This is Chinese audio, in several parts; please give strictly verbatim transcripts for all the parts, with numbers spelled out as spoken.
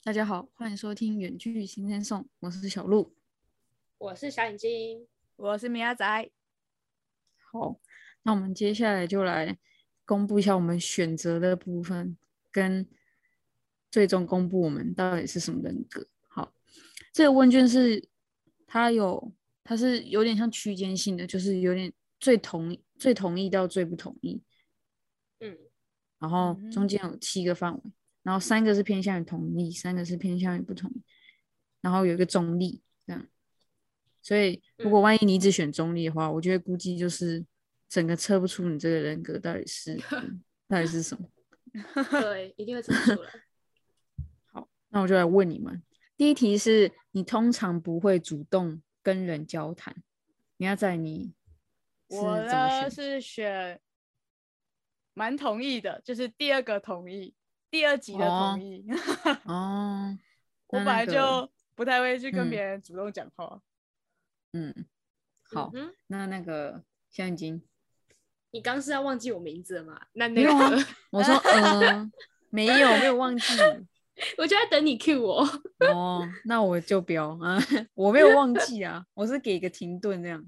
大家好，欢迎收听《远距新生颂》，我是小鹿。 我是小眼睛， 我是米亚仔。 好，那我们接下来就来公布一下我们选择的部分，跟最终公布我们到底是什么人格。好，这个问卷是它有，它是有点像区间性的，就是有点最同意、最同意到最不同意。 嗯， 然后中间有七个范围，然后三个是偏向于同意，三个是偏向于不同意，然后有一个中立，这样。所以如果万一你只选中立的话，嗯、我觉得估计就是整个测不出你这个人格到底是、嗯、到底是什么。 对，一定会测不出来。 好，那我就来问你们。第一题是你通常不会主动跟人交谈，你要在你是怎么选？ 我是选蛮同意的，就是第二个同意，第二集的同意。 哦，哦我本来就不太会去跟别人主动讲话。 嗯，嗯好，嗯、那那个小眼睛， 你刚是要忘记我名字了吗？那那没有啊， 个， 我说呃，没有没有忘记， 我就在等你 cue 我。 哦，那我就不要啊，我没有忘记啊，我是给一个停顿这样。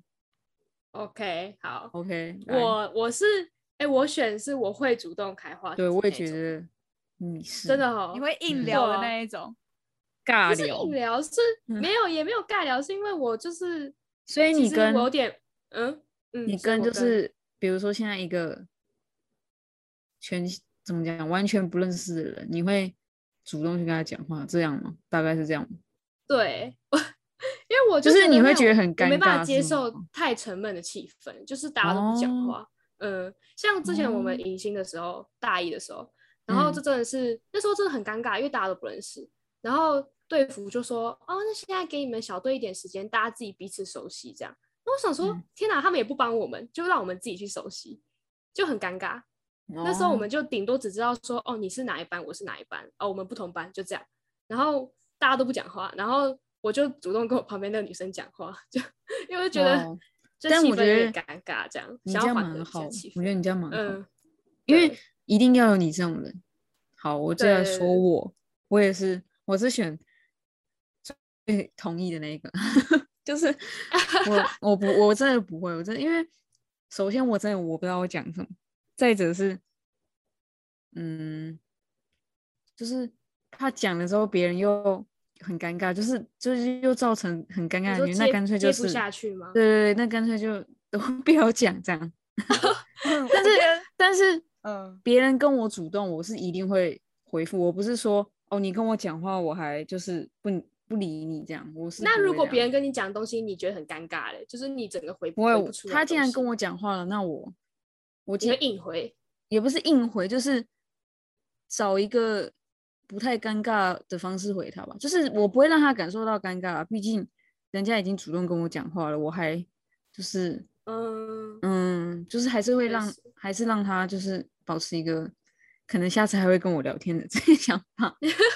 OK， 好 ，OK， 我我是哎、欸，我选是我会主动开话题， 对，我也觉得你是真的哦， 你会硬聊的那一种， 尬聊， 不是硬聊，是没有也没有尬聊，是因为我就是， 所以你跟我有点嗯嗯， 你跟就是比如说现在一个全怎么讲完全不认识的人，你会主动去跟他讲话，这样吗？大概是这样吗？ 对，因为我就就是你会觉得很尴尬， 我没办法接受太沉闷的气氛，就是大家都不讲话。嗯、哦呃，像之前我们迎新的时候，哦、大一的时候，然后这真的是、嗯、那时候真的很尴尬，因为大家都不认识。然后队服就说：“哦，那现在给你们小队一点时间，大家自己彼此熟悉这样。”那我想说，嗯、天哪，他们也不帮我们，就让我们自己去熟悉，就很尴尬。哦、那时候我们就顶多只知道说：“哦，你是哪一班，我是哪一班，哦，我们不同班，就这样。”然后大家都不讲话，然后我就主动跟我旁边那个女生讲话，就因为觉得这气氛有点尴尬，这样。 你这样蛮好，我觉得你这样蛮好，嗯，因为一定要有你这种人。好，我就要说我，我也是，我是选最同意的那一个，就是我我不我真的不会，我真的因为首先我真的我不知道我讲什么，再者是嗯，就是怕讲的时候别人又很尴尬，就是就是又造成很尴尬的局，那干脆就是接不下去吗？ 对对对，那干脆就都不要讲这样。但是但是嗯，别人跟我主动，我是一定会回复，我不是说哦你跟我讲话我还就是不不理你这样，我是那如果别人跟你讲东西你觉得很尴尬嘞，就是你整个回不回不出来， 他既然跟我讲话了，那我我你会硬回， 也不是硬回，就是找一个不太尴尬的方式回他吧，就是我不会让他感受到尴尬，毕竟人家已经主动跟我讲话了，我还就是嗯嗯，就是还是会让还是让他就是保持一个可能下次还会跟我聊天的这个想法，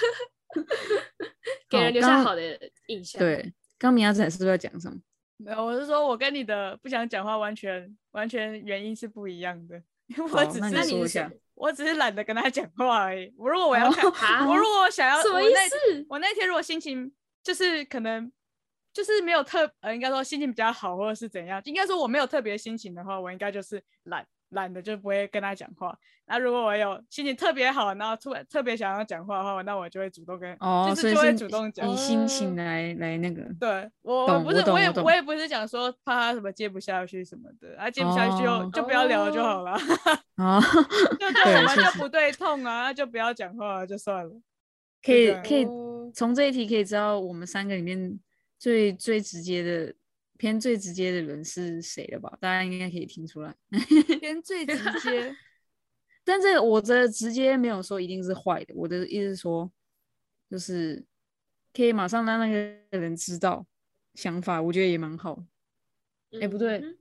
给人留下好的印象。 对，刚米亚仔是不是要讲什么？ 没有，我是说我跟你的不想讲话完全完全原因是不一样的，因为我只是说一下， 我只是懒得跟他讲话而已。我如果我要看，哦、我如果我想要， 什么意思？ 我那天如果心情就是可能就是没有特呃，应该说心情比较好，或者是怎样，应该说我没有特别心情的话，我应该就是懒懒的就不会跟他讲话。那如果我有心情特别好，然后突然特别想要讲话的话，那我就会主动跟， 哦、 就是就会主动讲， 以心情来来那个。 对，我我不是我也我也不是讲说怕他什么接不下去什么的，啊接不下去就、哦、就不要聊了就好了。哦，就就我们就不对痛啊，那就不要讲话了就算了。 可以可以从这一题可以知道我们三个里面最最直接的偏最直接的人是谁了吧？大家应该可以听出来。 偏最直接， 但这个我的直接没有说一定是坏的，我的意思是说，就是可以马上让那个人知道想法，我觉得也蛮好。哎、欸，不对，嗯、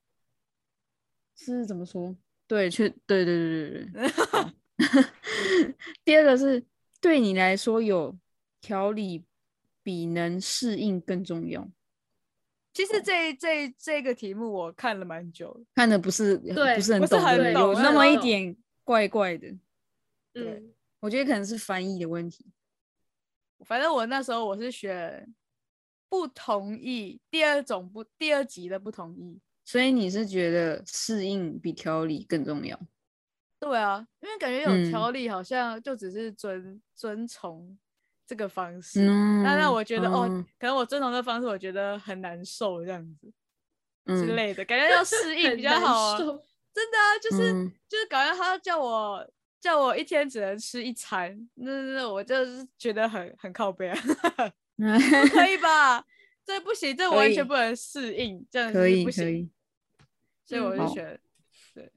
是怎么说？对，确对对对对对。第二个是对你来说有条理比能适应更重要。 其实这这这个题目我看了蛮久， 看的不是对不是很懂， 不是很懂， 有那么一点怪怪的。 对， 我觉得可能是翻译的问题。 反正我那时候我是选不同意，第二种不第二级的不同意。 所以你是觉得适应比条理更重要？ 对啊，因为感觉有条理好像就只是遵遵从这个方式， 嗯， 那让我觉得、 嗯、 哦，可能我遵从这个方式，我觉得很难受这样子、 嗯、 之类的，感觉要适应比较好啊。真的啊，就是、 嗯、 就是感觉他叫我叫我一天只能吃一餐，那那我就是觉得很很靠背啊，不可以吧？这不行，这完全不能适应，这样子是不行。所以我就选、嗯、对。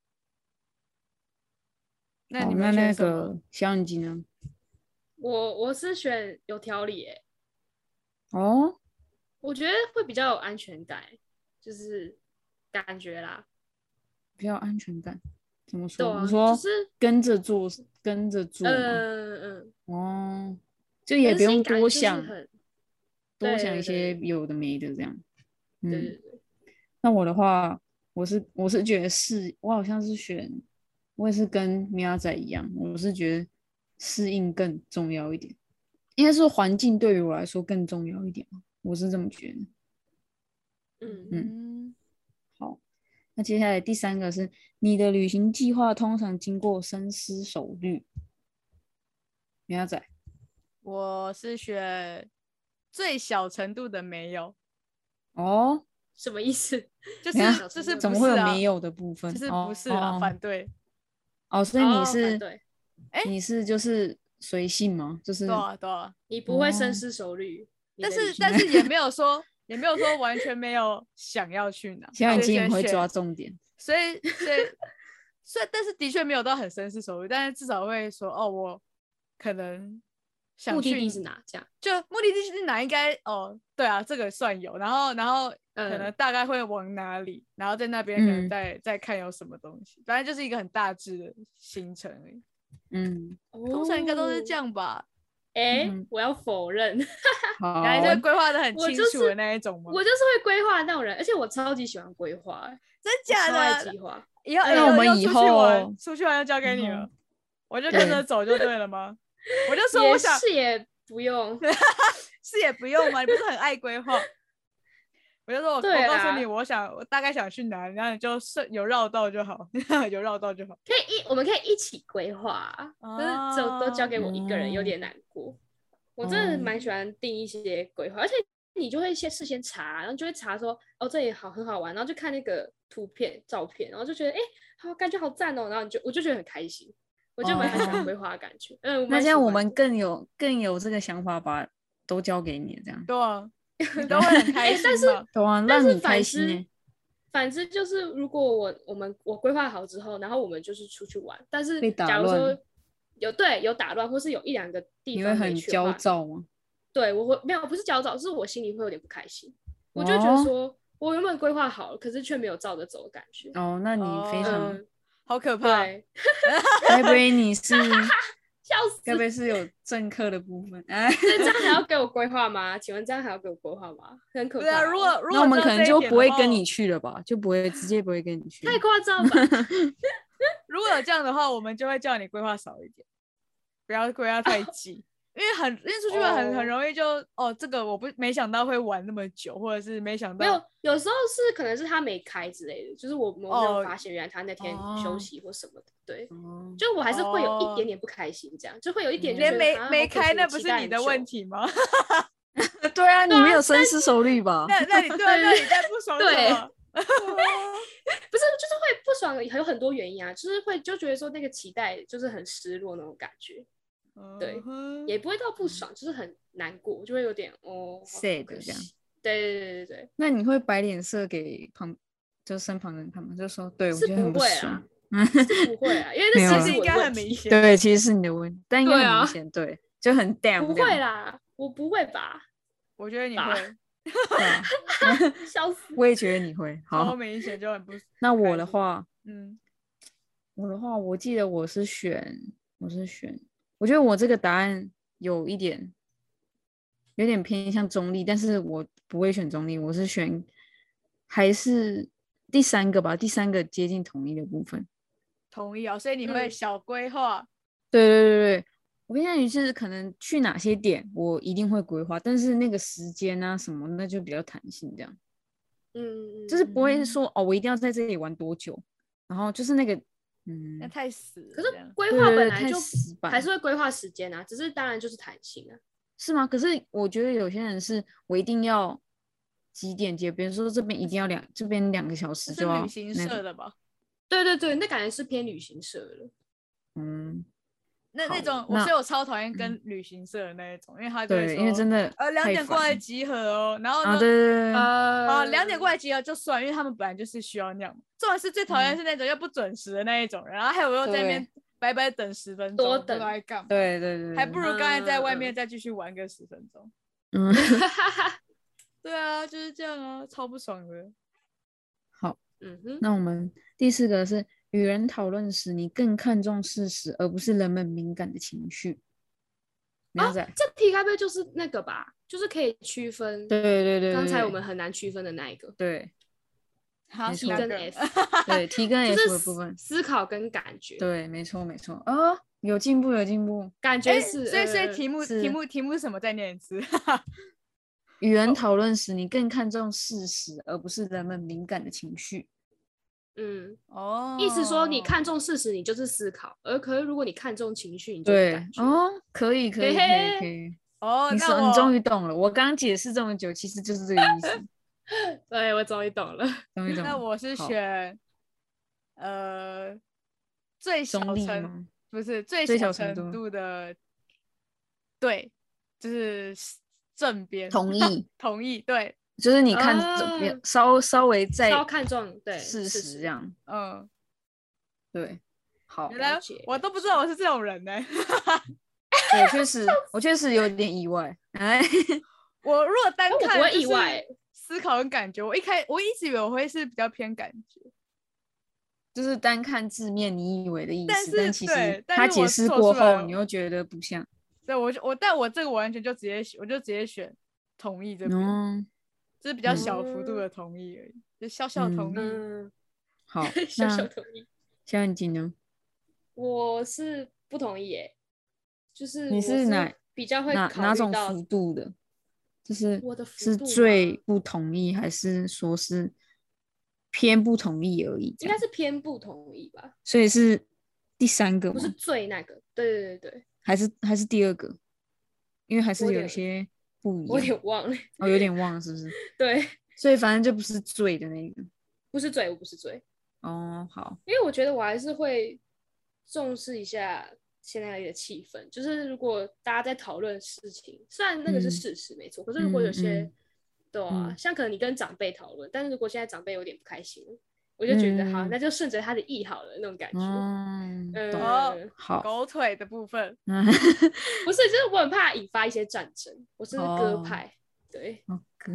那你们选什么？ 那那个小眼睛呢？ 我我是选有条理耶。 哦， 我觉得会比较有安全感，就是感觉啦， 比较有安全感。怎么说？ 对啊、 你说就是跟着做，跟着做吗？ 嗯嗯。 哦，就也不用多想，多想一些对对对有的没的这样。嗯， 对对对。 那我的话，我是我是觉得适，我好像是选，我也是跟米亚仔一样，我是觉得适应更重要一点，应该是环境对于我来说更重要一点，我是这么觉得。 嗯嗯，好，那接下来第三个是你的旅行计划通常经过深思熟虑。米亚仔， 我是选最小程度的没有。 哦， 什么意思？ 就是就是、啊、 怎么会有没有的部分？ 就是不是啦、 哦、 反对。 哦，所以你是、 哦、对， 你是就是随性吗？就是对啊对啊， 你不会深思熟虑、哦， 但是但是也没有说也没有说完全没有想要去哪， 小眼睛也会抓重点， 所以所以所以但是的确没有到很深思熟虑，但是至少会说哦，我可能想去目的地是哪，这样就目的地是哪应该哦，对啊，这个算有，然后然后可能大概会往哪里，嗯、然后在那边可能再、嗯、再看有什么东西，反正就是一个很大致的行程而已。 嗯， 通常应该都是这样吧。 哎、欸嗯，我要否认。 好， 原来是规划的很清楚的那一种吗？ 我就是会规划那种人，而且我超级喜欢规划， 真假的？ 超爱计划。 以后那我们以后出去玩，出去玩要交给你了，我就跟着走就对了吗？我就说我想是也不用， 是也不用吗？你不是很爱规划？我就说我我告诉你，我想我大概想去哪，然后你就顺有绕道就好，有绕道就好。 可以一我们可以一起规划，可是只都交给我一个人，有点难过。我真的蛮喜欢定一些规划，而且你就会先事先查，然后就会查说哦这里好很好玩，然后就看那个图片照片，然后就觉得哎好感觉好赞哦，然后你就我就觉得很开心，我就蛮喜欢规划的感觉。嗯， 那这样我们更有更有这个想法，把都交给你这样。 对啊，你都会很开心但是对啊，让你开心呢。反之就是，如果我我们我规划好之后，然后我们就是出去玩，但是假如说有对有打乱，或是有一两个地方没去的话， 你会很焦躁吗？ 对，我会没有不是焦躁，是我心里会有点不开心，我就觉得说、哦、我原本规划好了，可是却没有照着走的感觉。 哦，那你非常、 嗯、 好可怕。 该不会你是笑死？ 该不会是有政客的部分？ 哎，这样还要给我规划吗？请问这样还要给我规划吗？很可怕、哦。 对啊，如果如果那我们可能就不会跟你去了吧，就不会直接不会跟你去。 太夸张吧？ 如果有这样的话，我们就会叫你规划少一点，不要规划太急。因为很，因为出去玩很、oh. 很容易就哦，这个我不没想到会玩那么久，或者是没想到没有，有时候是可能是他没开之类的，就是我我没有发现原来他那天休息或什么的， oh. 对， oh. 就我还是会有一点点不开心，这样、oh. 就会有一点就觉得连没、 啊、 没开那不是你的问题吗？ 对啊，你没有深思熟虑吧？ 那那你对啊，那你在不爽什么？ 不是，就是会不爽，有很多原因啊，就是会就觉得说那个期待就是很失落那种感觉。对， uh-huh. 也不会到不爽，就是很难过，就会有点哦 sad 这样。 对对对对对。 那你会摆脸色给旁，就身旁人看吗？就说对我觉得很不爽。 是不会啊，因为那其实应该很明显。 对，其实是你的问题，但应该很明显，对,、啊、对，就很 damn。 不会啦，我不会吧？ 我觉得你会。 笑死！ 我也觉得你会。好， 超明显就很不。 那我的话， 嗯， 我的话，我记得我是选，我是选。我觉得我这个答案有一点有点偏向中立，但是我不会选中立，我是选还是第三个吧，第三个接近统一的部分。 同意啊、哦，所以你会小规划、 嗯。对对对对， 我偏向于是可能去哪些点我一定会规划，但是那个时间啊什么那就比较弹性这样。 嗯， 就是不会说哦我一定要在这里玩多久，然后就是那个嗯， 那太死了。 可是规划本来就还是会规划时间啊，只是当然就是弹性啊。 是吗？可是我觉得有些人是我一定要几点结，比如说这边一定要两这边两个小时就要、那個、 是旅行社的吧？ 对对对，那感觉是偏旅行社了。 嗯， 那那种我所以我超讨厌跟旅行社的那一种，嗯、因为他就会说， 对，因为真的呃两点过来集合哦，然后呢， 啊对对对， 呃两点过来集合就算，因为他们本来就是需要那样。重点是最讨厌是那种又不准时的那一种人，然后还有又在那边白白等十分钟， 多等不知道在干嘛。 对对 对, 對， 还不如刚才在外面再继续玩个十分钟。 嗯， 对啊，就是这样啊，超不爽的。 好， 嗯哼， 那我们第四个是与人讨论时，你更看重事实，而不是人们敏感的情绪。 啊，这题该不会就是那个吧？就是可以区分， 对对对对， 刚才我们很难区分的那一个， 对， 没 T 跟 F， 对 T 跟 F 的部分， 思考跟感觉， 对，没错没错，哦，有进步有进步， 感觉是， 所以所以题目、 呃、 题目题目是什么？再念一次。 与人讨论时，你更看重事实，而不是人们敏感的情绪。 嗯， 哦， 意思说你看重事实，你就是思考；而可是如果你看重情绪，你就是感觉。 哦，可以可以可以可以。 哦， 你那我你终于懂了。我刚刚解释这么久，其实就是这个意思。 对，我终于懂了。 终于懂了。 那我是选呃最小程，不是最小程度的，对，就是正边同意同意，对， 就是你看这边、啊、稍稍微再稍看重对事实这样， 嗯， 对，好， 原来我都不知道我是这种人呢、欸。 对，确实，我确实有点意外。哎， 我如果单看， 我不会意外， 思考跟感觉，我一开我一直以为我会是比较偏感觉， 就是单看字面你以为的意思， 但是但其实他解释过后，你又觉得不像。 对，我我但我这个完全就直接我就直接选同意这边，嗯、就是比较小幅度的同意而已，嗯、就小小同意。 嗯， 好， 小小同意。 肖文锦呢？ 我是不同意耶。就是你是哪比较会哪哪种幅度的？就是我的是最不同意，还是说是偏不同意而已？ 应该是偏不同意吧。 所以是第三个吗？ 不是最那个，对对对对， 还是还是第二个？因为还是有一些不一样。 我有点忘了， 哦，有点忘了，是不是？ 对， 所以反正就不是最的那个， 不是最，我不是最。 哦，好， 因为我觉得我还是会重视一下现在的气氛，就是如果大家在讨论事情，虽然那个是事实、嗯、没错，可是如果有些、嗯、对啊、嗯，像可能你跟长辈讨论，但是如果现在长辈有点不开心，我就觉得、嗯、好，那就顺着他的意好了那种感觉。 嗯， 嗯， 好，狗腿的部分， 不是，就是我很怕引发一些战争，我是鸽派，哦、对， 哦鸽。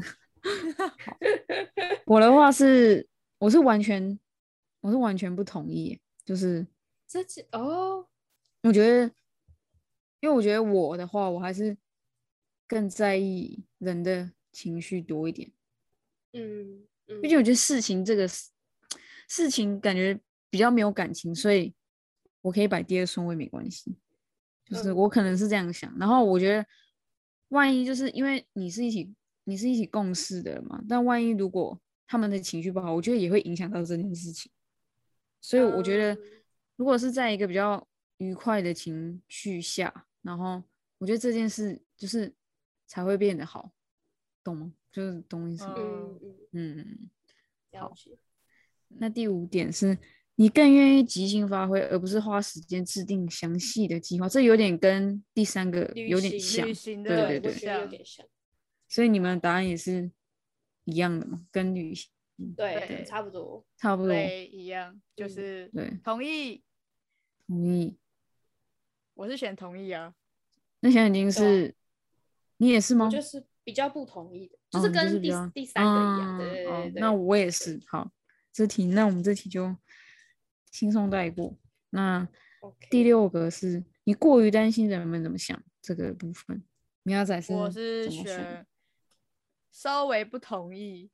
我的话是，我是完全，我是完全不同意，就是这哦。 我觉得，因为我觉得我的话，我还是更在意人的情绪多一点。 嗯嗯， 毕竟我觉得事情这个事情感觉比较没有感情，所以我可以摆第二顺位没关系。就是我可能是这样想，嗯、然后我觉得万一就是因为你是一起你是一起共事的嘛，但万一如果他们的情绪不好，我觉得也会影响到这件事情。所以我觉得，如果是在一个比较愉快的情绪下，然后我觉得这件事就是才会变得好，懂吗？就是懂意思吗？ 嗯嗯嗯， 好。 那第五点是你更愿意即兴发挥，而不是花时间制定详细的计划。这有点跟第三个有点像，对对对， 有点像。 所以你们的答案也是一样的吗？跟旅行对对，差不多， 差不多， 对，一样，就是对， 同意， 同意。 我是选同意啊。 那现在已经是、啊、你也是吗？ 我就是比较不同意的，就是跟第、哦、第三个一样。对对 对, 对， 那我也是。好，这题，那我们这题就轻松带过。那第六个是、okay. 你过于担心人们怎么想这个部分。米亚仔是我是选稍微不同意。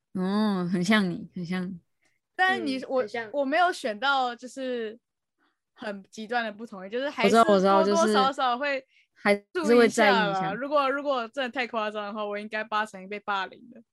哦，很像你，很像你。 但你、嗯、我我没有选到，就是很极端的不同意，就是还是多多少少会还是会在意一下。如果如果真的太夸张的话，我应该八成被霸凌的。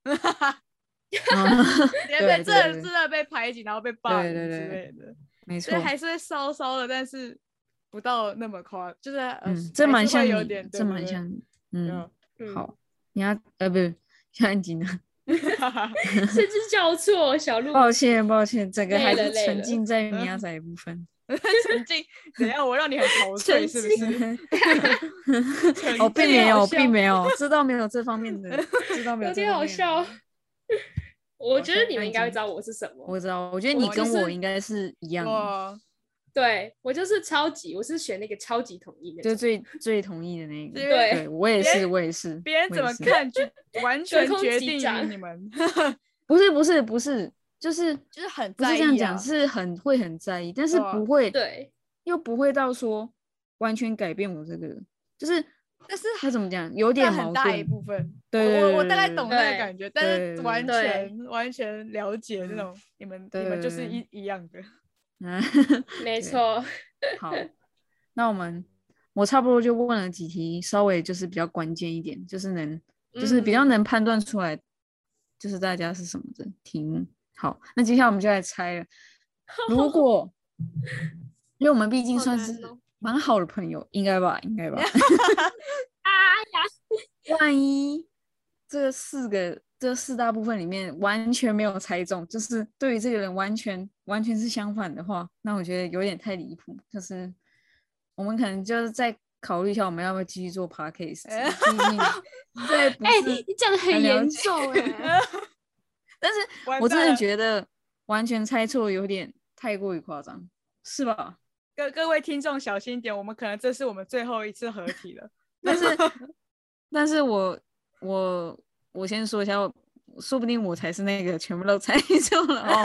直接被真的真的被排挤，然后被霸凌之类的， 没错， 所以还是会稍稍的，但是不到那么夸，就是嗯，这蛮像有点， 这蛮像你，嗯， 嗯好，你要呃不是小安吉呢？ 甚至叫错小鹿， 抱歉抱歉，整个还是沉浸在米亚仔的部分。 沉浸，怎样？我让你很陶醉是不是？ 哦，并没有，并没有，知道没有这方面的，知道没有这方面的。 有点好笑。我觉得你们应该会知道我是什么。 我知道，我觉得你跟我应该是一样的。 对，我就是超级，我是选那个超级同意的， 就最最同意的那个。 对， 对我也是，我也是。 别人怎么看就完全决定于你们。 不是不是不是。就是就是很不是这样讲，是很会很在意，但是不会对， 又不会到说完全改变我这个，就是但是他怎么讲，有点矛盾， 很大一部分。 对， 我我大概懂那个感觉，但是完全完全了解这种你们你们就是一一样的， 没错。 好，那我们我差不多就问了几题，稍微就是比较关键一点，就是能就是比较能判断出来，就是大家是什么的题目。好，那接下来我们就来猜了。如果，因为我们毕竟算是蛮好的朋友，应该吧，应该吧。 啊呀！ 万一这四个这四大部分里面完全没有猜中，就是对于这个人完全完全是相反的话，那我觉得有点太离谱。就是我们可能就是再考虑一下，我们要不要继续做 podcast？ 毕竟对， 哎、欸，你讲的很严重哎。 但是我真的觉得完全猜错有点太过于夸张，是吧？ 各各位听众小心点，我们可能这是我们最后一次合体了。 但是，但是我我我先说一下，说不定我才是那个全部都猜错了哦。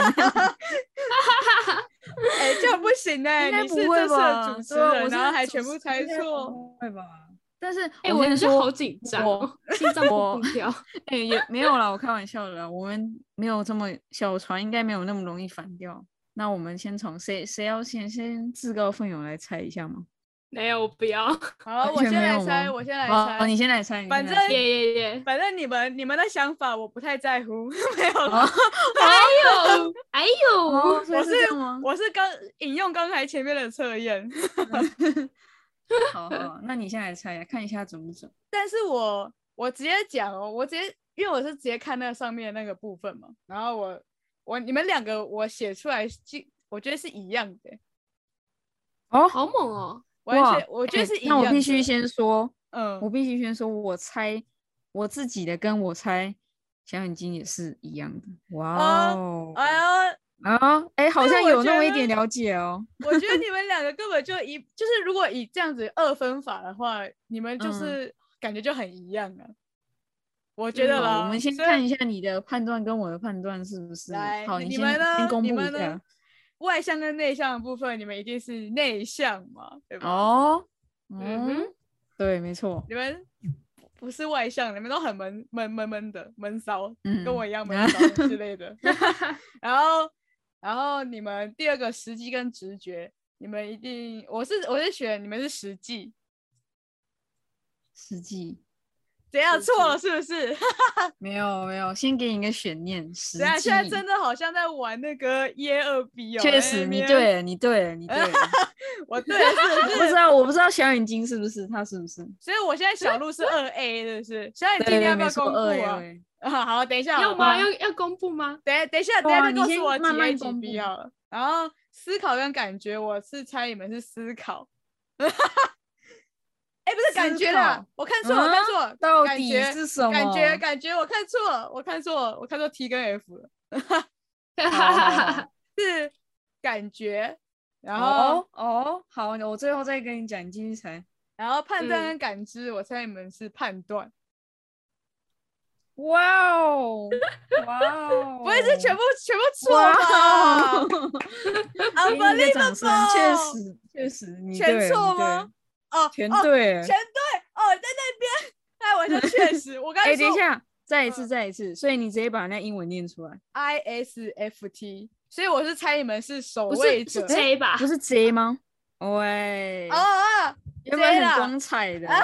哎、欸，这样不行哎、欸！你是这次的主持人，然后还全部猜错， 不会吧？但是哎、欸， 我先说， 好紧张、哦，心脏砰砰跳。 哎、欸，也没有啦，我开玩笑的啦。我们没有这么小船，应该没有那么容易翻掉。那我们先从谁谁要先先自告奋勇来猜一下吗？ 没有，我不要。 好，我先来猜，我先来猜。 哦，你先来猜。 反正耶耶耶， 反正你们你们的想法我不太在乎，没有了。 还有还有， 我是我是刚引用刚才前面的测验。 好好，那你先来猜呀，看一下准不准。 但是我我直接讲哦，我直接因为我是直接看那上面那个部分嘛，然后我我你们两个我写出来，我觉得是一样的。 哦， 好猛哦！ 完全我觉得是一样的。 那我必须先说， 嗯， 我必须先说，我猜我自己的跟我猜小眼睛也是一样的。哇哦！ 哎呀！ 啊，哎、欸，好像有那么一点了解哦。 我觉得你们两个根本就一，就是如果以这样子二分法的话，你们就是、嗯、感觉就很一样啊。我觉得啦、 嗯，我们先看一下你的判断跟我的判断是不是。 来， 好， 你们呢？ 先公布一下。 你们呢？外向跟内向的部分，你们一定是内向嘛，对吧？ 哦，嗯哼，对，没错。 你们不是外向，你们都很闷闷闷闷的闷骚、嗯，跟我一样闷骚之类的。然后。然后你们第二个实际跟直觉，你们一定我是我是选你们是实际， 实际怎样错了是不是？ 没有没有，先给你一个悬念，实际。 现在真的好像在玩那个耶二 B 哦。 确实，你对了，你对了，你对了， 我对了，是不是？ 我不知道，我不知道小眼睛是不是他是不是？ 所以我现在小鹿是二 A， 是不是？小眼睛你要不要公布啊？啊，好，等一下， 要吗？要要公布吗？ 等等一下，等一下就告诉我几 A 几 B 好了。然后思考跟感觉，我是猜你们是思考。哎，不是感觉啦，我看错，我看错， 到底是什么？ 感觉感觉我看错了，我看错了，我看错 T 跟 F 了。是感觉，然后哦，好，我最后再跟你讲，你继续猜。 然后判断跟感知，我猜你们是判断。 哇哦，哇哦， 不会是全部全部错吧？ Unbelievable， 确实确实，你全错吗？哦， 全对， 全对哦，在那边，那我就确实，我刚才哎，等一下，再一次，再一次，所以你直接把那英文念出来 ，I S F T， 所以我是猜你们是守卫者， 不是 J 吧？ 不是 J 吗？ 喂， 哦哦， 原本很光彩的。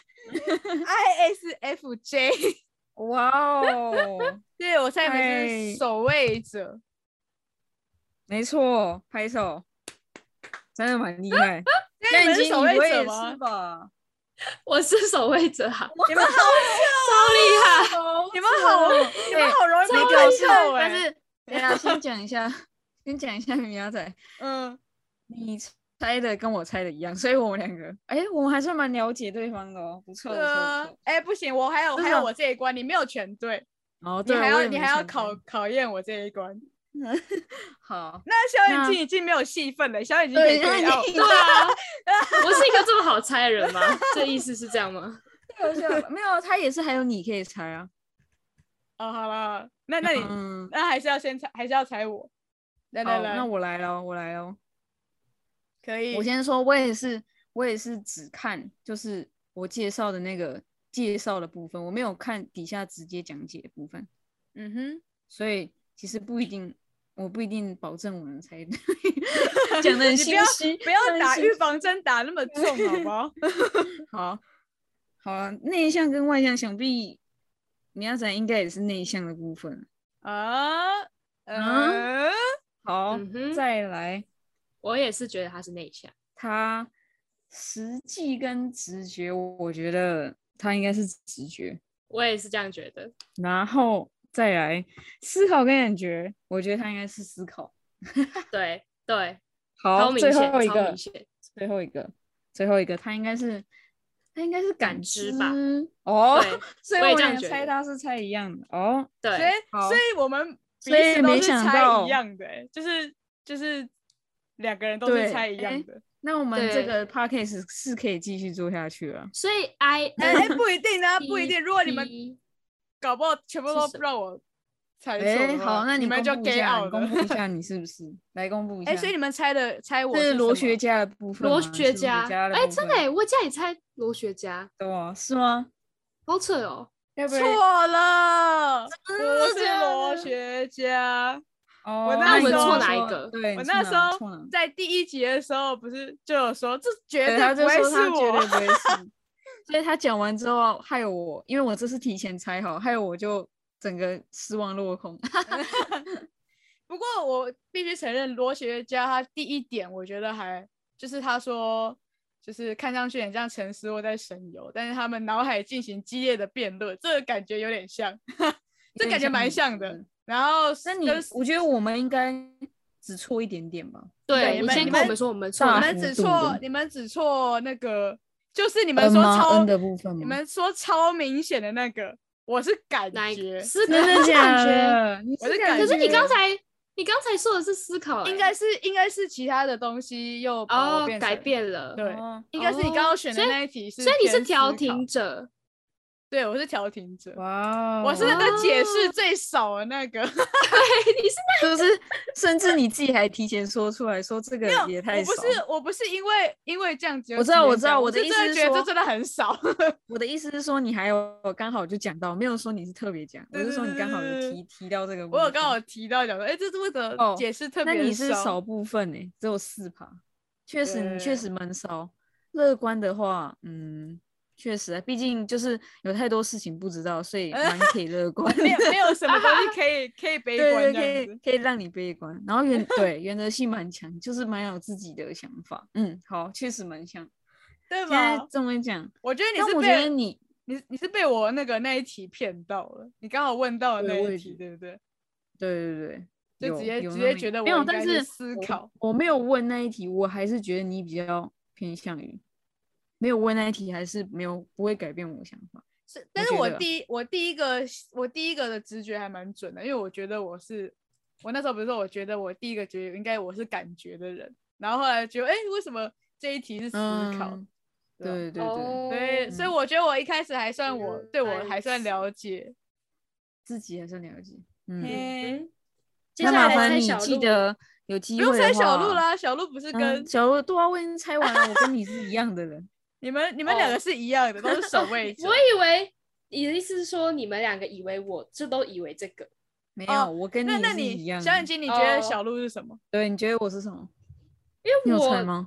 I S F J， 哇哦！ 对，我猜你们是守卫者， 没错，拍手，真的蛮厉害。 那你们是守卫者吗？ 吧？ 我是守卫者啊！ 你们好超厉害， 你们好，你们好容易被表秀哎。 但是，等一下先讲一下，先讲一下米亚仔， 嗯， 你猜的跟我猜的一样，所以我们两个，哎，我们还算蛮了解对方的哦，不错不错不错。 哎，不行，我还有还有我这一关，你没有全对。 哦， 你还要你还要考考验我这一关。 好， 那小眼睛已经没有戏份了，小眼睛可以可以哦。 对啊，我是一个这么好猜的人吗？这意思是这样吗？ 没有，他也是还有你可以猜啊。 哦，好了，那那你、嗯、那还是要先猜，还是要猜我。来来来， 那我来了，我来了。 可以， 我先说，我也是，我也是只看就是我介绍的那个介绍的部分，我没有看底下直接讲解的部分。 嗯哼， 所以其实不一定，我不一定保证我能猜对。讲的很心虚， 不要打预防针打那么重，好不好？ 好，好啊，内向跟外向，想必米亚仔应该也是内向的部分啊。嗯， 好， 嗯、 再来， 我也是觉得他是内向。 他实际跟直觉，我觉得他应该是直觉。 我也是这样觉得。 然后再来思考跟感觉，我觉得他应该是思考。 对对， 好，最后一个， 最后一个，最后一个，他应该是，他应该是感知吧？ 哦，所以我也俩猜他是猜一样的哦。 对， 所以所以我们彼此都是猜一样的、欸，就是就是两个人都是猜一样的。 那我们这个 podcast 是可以继续做下去了。 所以 I 哎、欸、不一定啊，不一定。如果你们搞不好全部都不让我猜错的话， 好，那你们就 get out 公布一下你是不是？来公布一下。 哎、欸，所以你们猜的猜我是螺旋家的部分。 螺旋家， 哎、 欸，真的哎，我家也猜螺旋家。 对啊，是吗？ 好扯哦。 错了，我是螺旋家。 哦， 我那时候错哪一个？ 对， 我那时候在第一集的时候，不是就有说这绝对不会是我， 绝对不会是。所以他讲完之后，害我，因为我这是提前猜好，害我就整个失望落空。 不过我必须承认，螺旋家他第一点，我觉得还就是他说，就是看上去很像沉思或在神游，但是他们脑海进行激烈的辩论，这个感觉有点像，这感觉蛮像的。然后， 那你，我觉得我们应该只错一点点吧。 对，你先跟我们说我们错， 你们只错，你们只错那个，就是你们说超的部分， 你们说超明显的那个，我是感觉， 是真的假的？ 我是感觉。可是你刚才，你刚才说的是思考， 应该是应该是其他的东西又哦改变了， 对，应该是你刚刚选的那一题是， 所以你是调停者。 对，我是调停者。 哇、wow ， 我是那个解释最少的那个。 对，你是那个，是不是？甚至你自己还提前说出来说这个也太少。 我不是，我不是因为因为这样子。 我知道，我知道， 我的意思是觉得这真的很少。 我的意思是说，你还有刚好就讲到，没有说你是特别讲，我是说你刚好有提提到这个部分。 我有刚好提到讲说，哎、欸，这是为什么解释特别少？ 那你是少部分呢、欸，只有四趴。确实，你确实蛮少。乐观的话，嗯。确实啊，毕竟就是有太多事情不知道，所以蛮可以乐观。 没有没有什么东西可以可以悲观， 对对，可以可以让你悲观。然后原对原则性蛮强，就是蛮有自己的想法。嗯，好，确实蛮像， 对吧？ 现在这么讲， 我觉得你是被我觉得你你你是被我那个那一题骗到了，你刚好问到的那一题，对不对？ 对对对， 就直接直接觉得我没有，但是思考我，我没有问那一题，我还是觉得你比较偏向于。没有问那一题，还是没有不会改变我的想法。 是，但是我第一我第一个我第一个的直觉还蛮准的，因为我觉得我是我那时候不是说我觉得我第一个觉得应该我是感觉的人，然后后来觉得哎、欸、为什么这一题是思考？ 嗯、对对对， 所以、嗯、所以我觉得我一开始还算我、嗯、对我还算了解， 自己还算了解。嗯， 嗯那麻烦你记得有机会的话， 不用猜小鹿啦，小鹿不是跟、 嗯、小鹿对啊，我已经猜完了，我跟你是一样的人。 你们你们两个是一样的，哦、都是守卫者。 我以为你的意思是说你们两个以为我这都以为这个没有，哦、我跟你是一样的。 小眼睛，你觉得小鹿是什么？ 哦、对，你觉得我是什么？ 因为我你有猜吗？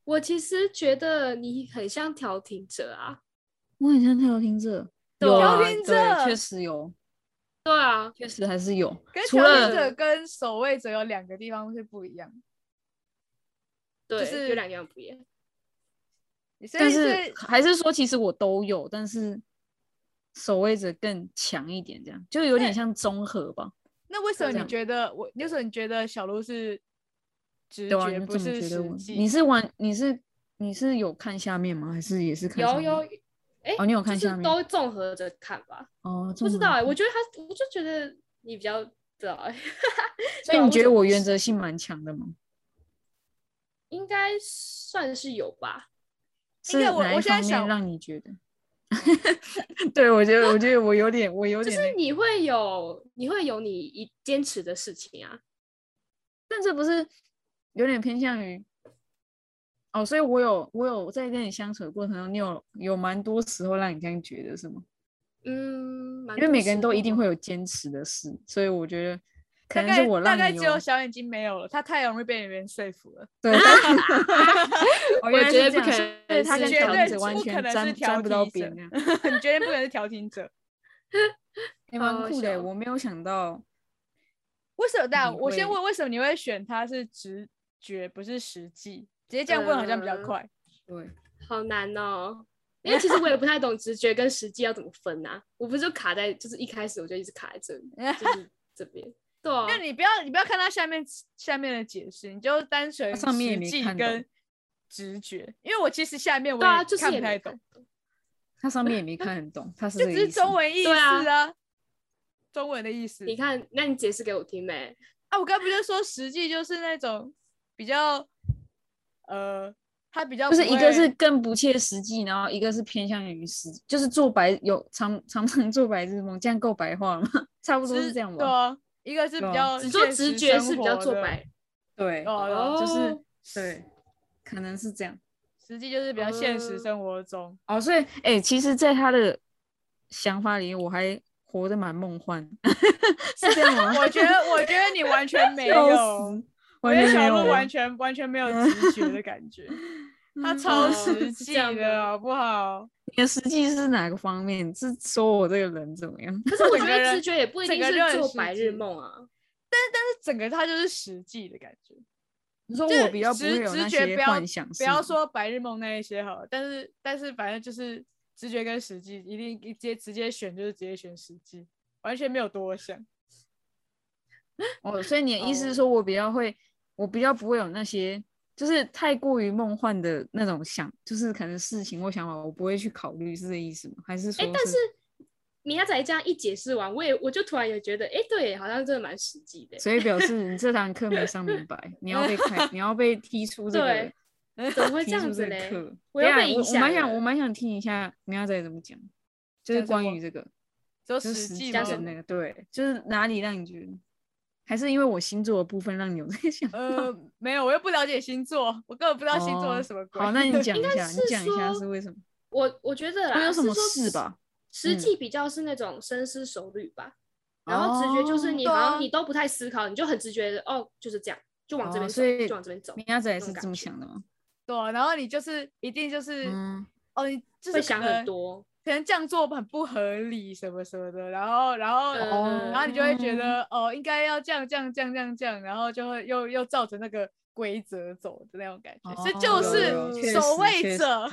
我其实觉得你很像调停者啊。 我很像调停者， 对有啊， 调停者对，确实有， 对啊， 确实还是有。 跟除了调停者跟守卫者有两个地方是不一样， 对， 就是有两个样不一样。 但所以所以是还是说，其实我都有，但是守卫者更强一点，这样就有点像综合吧。 那为什么你这样觉得我？为什么你觉得小鹿是直对啊， 觉， 你怎么不是觉得我？ 实际？ 你是玩你是你是有看下面吗？还是也是看上面？ 有有，哎、 哦，你有就是看下面？ 都综合着看吧。 哦， 不知道哎、 综合看我觉得他，我就觉得你比较不知道哎、 所以你觉得我原则则性蛮强的吗？ 应该算是有吧？ 应该我是哪一我现在想， 方面让你觉得？对，我觉得我觉得我有点我有就是点那个， 你会有你会有你一坚持的事情啊。 但这不是有点偏向于哦，所以我有我有在跟你相处的过程中，你有有蛮多时候让你这样觉得是吗？ 嗯，蛮因为多时每个人都一候吗定会有坚持的事，所以我觉得可大概能是我大概只有让你有小眼睛没有了，他太容易被别人说服了。 对，我我绝对不可对他跟能是绝对调停者完不可全沾能是调沾不到停者， 边这样， 你绝对不可能是调停者。 还蛮酷的。 好好笑我没有想到为什么？但你我先会问，为什么你会选他是直觉不是实际？直接这样问好像比较嗯快。 对， 好难哦。因为其实我也不太懂直觉跟实际要怎么分啊，我不是就卡在，就是一开始我就一直卡在这里，就是这边。对啊， 那你不要你不要看他下面下面的解释，你就单纯他上面也实没看懂际跟直觉。因为我其实下面我对啊， 也就是也没看不太懂， 看懂。 他上面也没看很懂，他是就只是这个意思。 中文意思对啊啊，中文的意思。 你看，那你解释给我听没？ 啊，我刚不就说实际就是那种比较，呃，他比较不就是一个是会更不切实际，然后一个是偏向于实，就是做白有常常常做白日梦，这样够白话吗？差不多是直这样吧。 对啊，一个是比对啊较只说现实直觉是生比较活的， 做白对， 对啊对啊， 就是哦， 对，可能是这样。 实际就是比较现实嗯生活中。 哦，所以哎、欸其实，在他的想法里，我还活得蛮梦幻，是这样吗？ 我觉得我觉得你完全没笑有， 死， 我觉得完全没小鹿完有吗？ 全完全没有直觉的感觉，他超哦实是这样际的吗好不好？ 你的实际是哪个方面？是说我这个人怎么样？ 可是我觉得整个人直觉也不一定是整个就很做白实际日梦啊。 整个他就是实际的感觉。 你说就我比较不会直有那些直觉不要幻想， 不要说白日梦那一些好了，但是但是反正就是直觉跟实际一定直接直接选就是直接选实际，完全没有多想。 哦，所以你的意思是说我比较会，我比较不会有那些就是太过于梦幻的那种想，就是可能事情或想法我不会去考虑，是这意思吗？还是说哎，但是米亚仔这样一解释完，我也我就突然也觉得，哎，对，好像真的蛮实际的。 所以表示你这堂课没上明白，你要被开，你要被踢出这个对，怎么会这踢出样子嘞？ 这个课。 我又等一下被影响我我蛮想， 了我蛮想听一下米亚仔怎么讲，就是关于这个， 只有就是实际实际吗？ 的那个，对，就是哪里让你觉得，还是因为我星座的部分让你有这个想法？ 呃，没有，我又不了解星座，我根本不知道星座哦是什么鬼。 好，那你讲一下，你是讲一下说是为什么？ 我我觉得啦， 会有什么是说事吧？ 实嗯际比较是那种深思熟虑吧，然后直觉就是你哦好像对啊你都不太思考，你就很直觉的哦，就是这样，就往这边走， 哦所以就往这边走， 米亚仔也是这么那种感觉想的吗？ 对啊，然后你就是一定就是、 嗯， 哦，你就是会想可能很多。 可能这样做很不合理什么什么的，然后然后、 嗯然后你就会觉得哦，应该要这样这样这样这样这样，然后就会又又照着那个规则走的那种感觉，这、 哦就有有是确守卫实确者。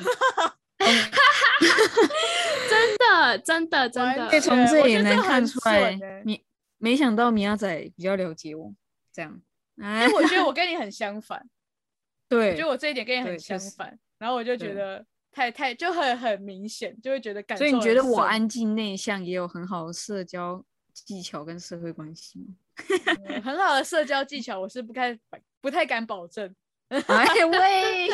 真的真的真的所以从这我觉得也能看这很出来准欸， 米没想到米亚仔比较了解我，这样，哎因为，我觉得我跟你很相反，我对觉得我这一点跟你很对确实相反，然后我就觉对得太太就很很明显，就会觉得感受所以你觉得我很深安静内向，也有很好的社交技巧跟社会关系吗？ 呃很好的社交技巧，我是不太不太敢保证。 哎喂，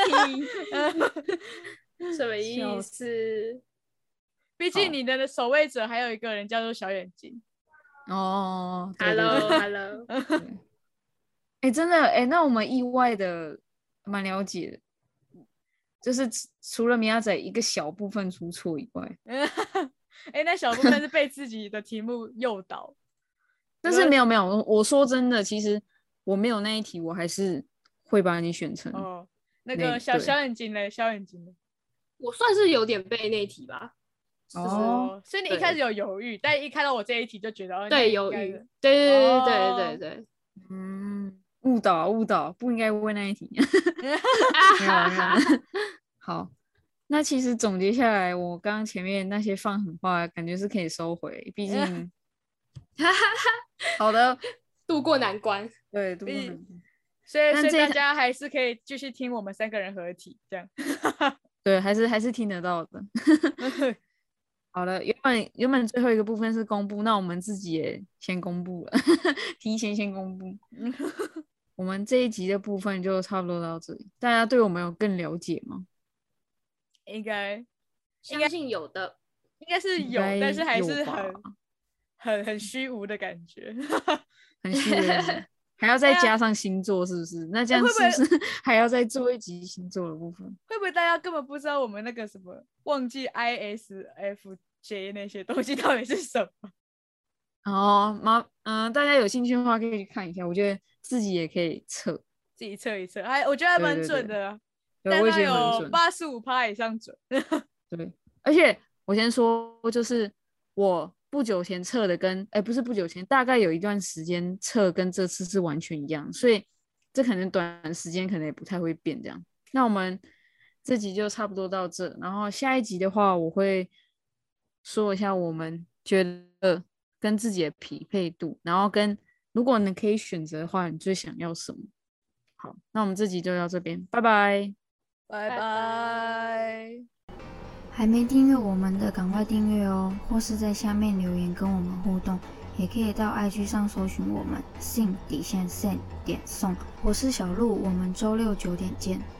什么意笑思？ 毕竟你的守卫者还有一个人叫做小眼睛。 哦，对对 Hello 对 Hello， 对，哎，真的哎，那我们意外的蛮了解的，就是除了米亚仔一个小部分出错以外， 哎，那小部分是被自己的题目诱导。 但是没有没有，我我说真的，其实我没有那一题，我还是会把你选成哦， 那个小小眼睛嘞，小眼睛嘞， 我算是有点背那题吧。 哦，所以你一开始有犹豫，但一看到我这一题就觉得对犹豫，对对对对对对， 嗯，误导误导，不应该问那一题。没有没有。好，那其实总结下来，我刚刚前面那些放狠话，感觉是可以收回，毕竟好的， 度过难关， 对，度过难关。 所以，所以大家还是可以继续听我们三个人合体，这样。 对，还是还是听得到的。好了，原本原本最后一个部分是公布，那我们自己也先公布了，提前先公布。我们这一集的部分就差不多到这里，大家对我们有更了解吗？ 应该， 相信有的， 应该是有，但是还是很很很虚无的感觉， 很虚无的。还要再加上星座是不是？那这样是不是还要再做一集星座的部分？ 会不会大家根本不知道我们那个什么忘记 I S F J 那些东西到底是什么？ 哦，妈，嗯、呃，大家有兴趣的话可以去看一下，我觉得自己也可以测， 自己测一测，还我觉得还蛮准的， 对对对， 大概有八十五趴以上准。 对，而且我先说，就是我。不久前测的跟哎不是不久前，大概有一段时间测跟这次是完全一样，所以这可能短时间可能也不太会变这样。那我们这集就差不多到这，然后下一集的话我会说一下我们觉得跟自己的匹配度，然后跟如果你可以选择的话，你最想要什么？好，那我们这集就到这边，拜拜， 拜拜。 还没订阅我们的赶快订阅哦，或是在下面留言跟我们互动，也可以到 I G 上搜寻我们 sing 底线 sen 点送。我是小鹿，我们周六九点见。